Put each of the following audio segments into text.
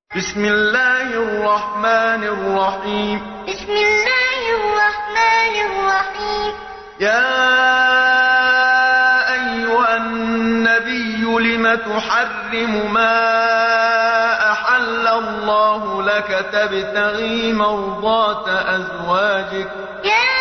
بسم الله الرحمن الرحيم بسم الله الرحمن الرحيم يا أيها النبي لم تحرم ما أحل الله لك تبتغي مرضات أزواجك يا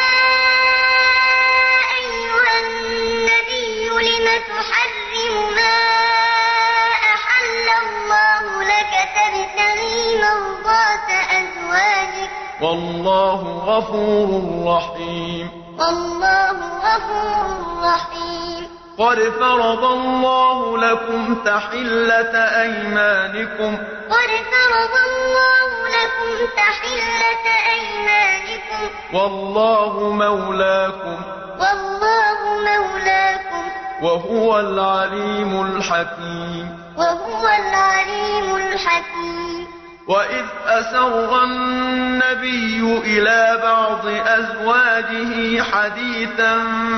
أيها النبي لم تحرم ما أحل الله لك تبتغي مرضات أزواجك والله غفور رحيم والله غفور رحيم قد فرض الله لكم تحلة أيمانكم قد فرض الله لكم تحلة أيمانكم والله مولاكم والله مولاكم وهو العليم الحكيم وهو العليم الحكيم وإذ أسر النبي إلى بعض أزواجه حديثا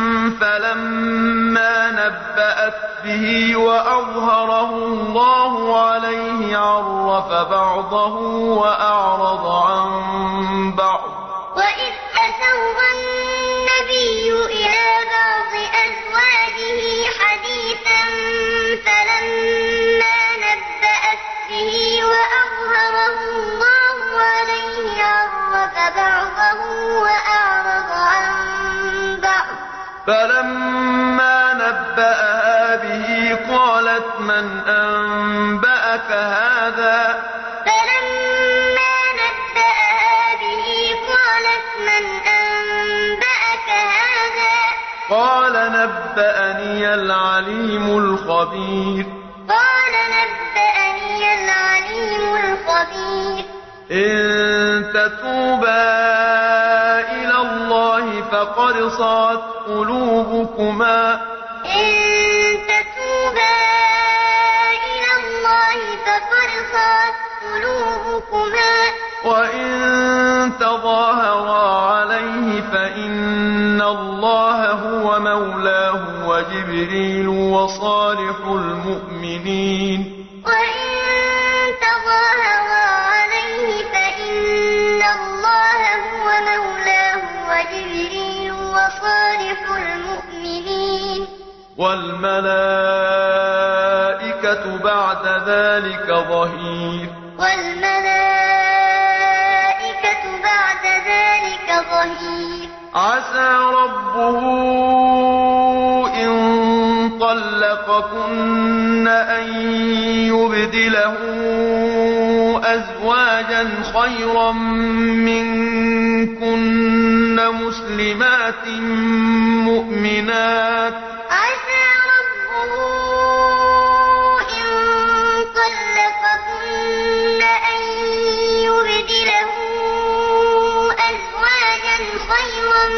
فلما نبأت به وأظهره الله عليه عرف بعضه وأعرض عن بعض وإذ أسر النبي إلى بعض أزواجه حديثا فلما نبأت به وأظهره الله عليه عرف بعضه وأعرض عن بعض فلما نبأها به قالت من أنبأك هذا فلما نبأها به قالت من أنبأك هذا قال نبأني العليم الخبير قال نبأني العليم الخبير إن تتوبا إلى الله فقد صغت قلوبكما إن تتوبا إلى الله فقد صغت قلوبكما وإن تظاهرا عليه فإن الله هو مولاه وجبريل وصالح المؤمنين وإن تظاهرا عليه فإن الله هو مولاه وجبريل وصالح المؤمنين والملائكة بعد ذلك ظهير والملائكة بعد ذلك ظهير عسى ربه إن طلقكن أن يبدله أزواجا خيرا منكن مسلمات مؤمنات عسى ربه إن طلقكن أن يبدله أزواجا خيرا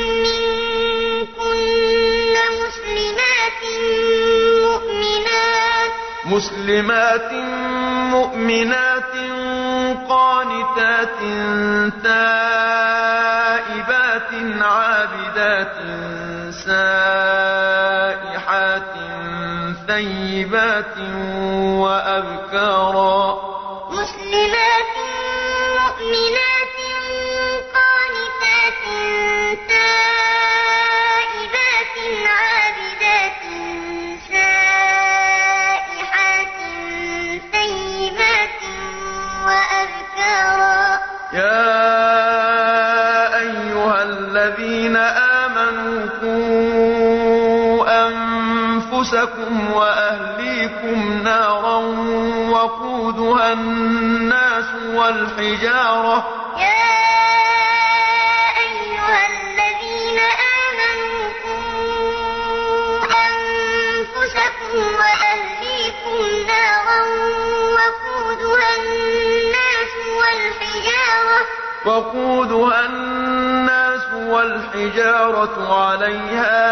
منكن مسلمات مؤمنات قانتات تائبات عابدات سائحات ثيبات وأبكارا مسلمات مؤمنات قانتات تائبات عابدات سائحات ثيبات وأبكارا يا أيها الذين آمنوا قوا أنفسكم وأهليكم نارا وقودها الناس والحجارة يا أيها الذين آمنوا قوا أنفسكم وأهليكم نارا وقودها الناس والحجارة عليها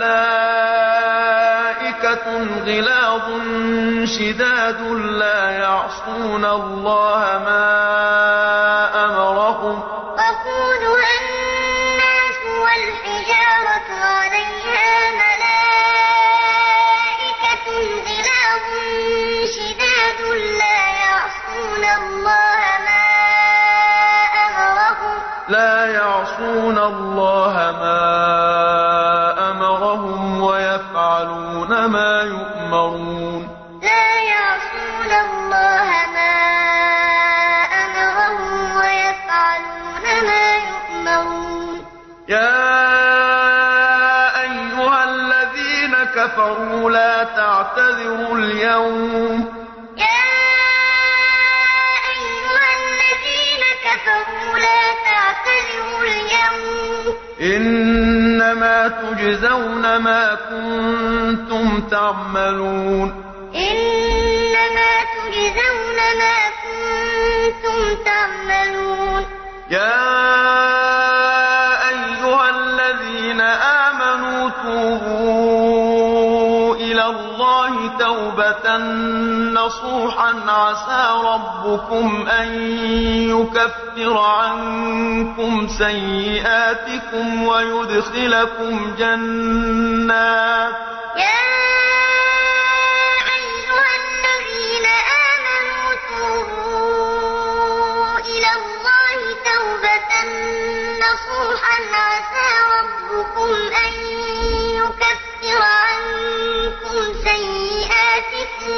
ملائكة غلاظ شداد لا يعصون الله ما أمرهم وقودها الناس والحجارة عليها ملائكة غلاظ شداد لا يعصون الله لا يعصون الله ما أمرهم ويفعلون ما يؤمرون لا يعصون الله ما أمرهم ويفعلون ما يؤمرون يا أيها الذين كفروا لا تعتذروا اليوم يا أيها الذين كفروا لا تعتذروا اليوم إنما تجزون ما كنتم تعملون إنما تجزون ما كنتم تعملون يا أيها الذين آمنوا توبوا إلى الله توبة نصوحا عسى ربكم أن يكفر عنكم سيئاتكم ويدخلكم جنات عسى ربكم أن يكفر عنكم سيئاتكم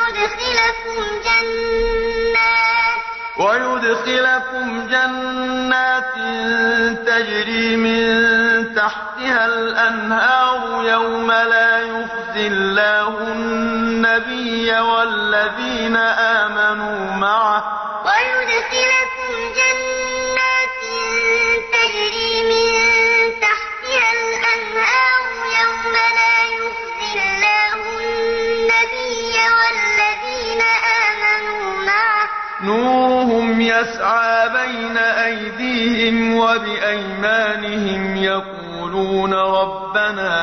ويدخلكم جنات تجري من تحتها الأنهار يوم لا يخزي الله النبي والذين آمنوا معه ويدخلكم جنات تجري من تحتها الأنهار يوم لا يخزي الله النبي والذين آمنوا معه نورهم يسعى بين أيديهم وبأيمانهم يقولون ربنا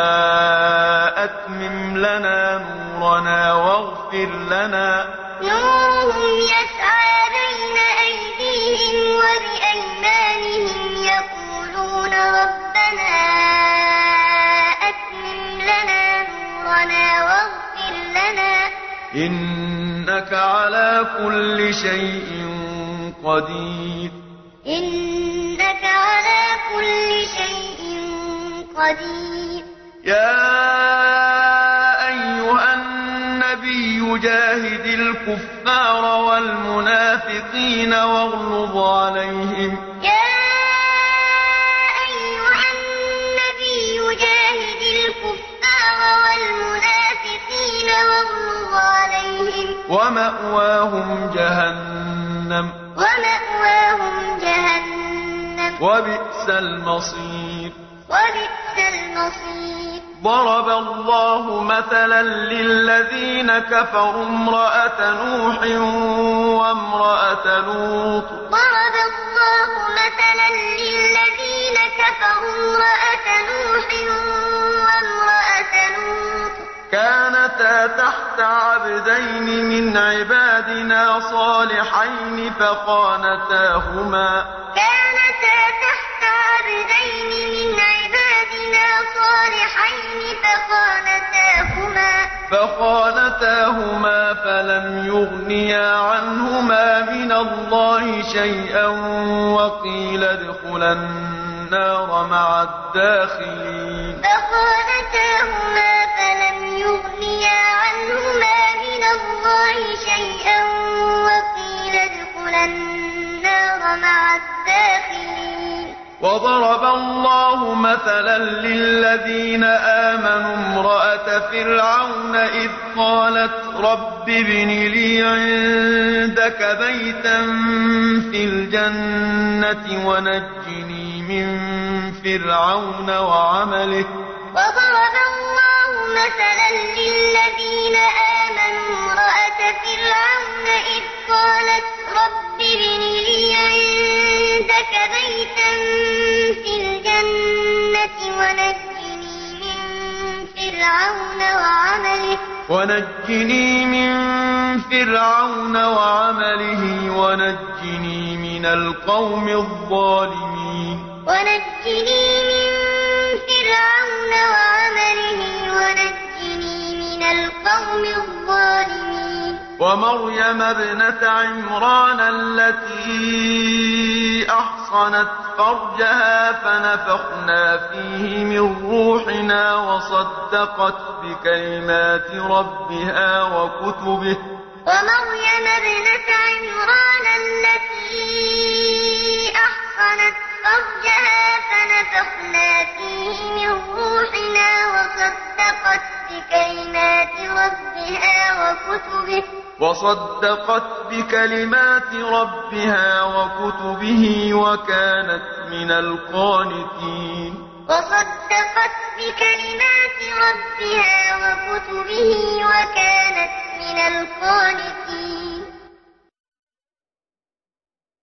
أتمم لنا نورنا واغفر لنا نورهم يسعى بين أيديهم وبأيمانهم يقولون ربنا أتمم لنا نورنا واغفر لنا إنك على كل شيء قدير إنك على كل شيء قدير يا أيها النبي جاهد الكفار والمنافقين واغلظ عليهم يا أيها النبي جاهد الكفار والمنافقين واغلظ عليهم ومأواهم جهنم وبئس المصير ضرب الله مثلا للذين كفروا امرأة نوح وامرأة لوط ضرب الله مثلا للذين كفروا امرأة نوح وامرأة لوط كانتا تحت عبدين من عبادنا صالحين فخانتاهما فلم يغنيا عنهما من الله شيئا وقيل ادخلا النار مع الداخلين فلم يغنيا عنهما من الله شيئا وقيل ادخلا النار مع الداخلين وضرب الله مثلا للذين آمنوا امرأة فرعون إذ قالت رب ابن لي عندك بيتا في الجنة ونجني من فرعون وعمله وضرب الله مثلا للذين آمنوا امرأة فرعون إذ قالت رب ابن لي عندك بيتا في الجنة ونجني من فرعون وعمله ونجني من القوم الظالمين ومريم ابنة عمران التي أحصنت فرجها فنفخنا فيه من روحنا وصدقت بكلمات ربها وكتبه ومريم ابنة عمران التي أحصنت فرجها فنفخنا فيه من روحنا وصدقت بكلمات ربها وكتبه وكانت من القانتين وصدقت بكلمات ربها وكتبه وكانت من القانتين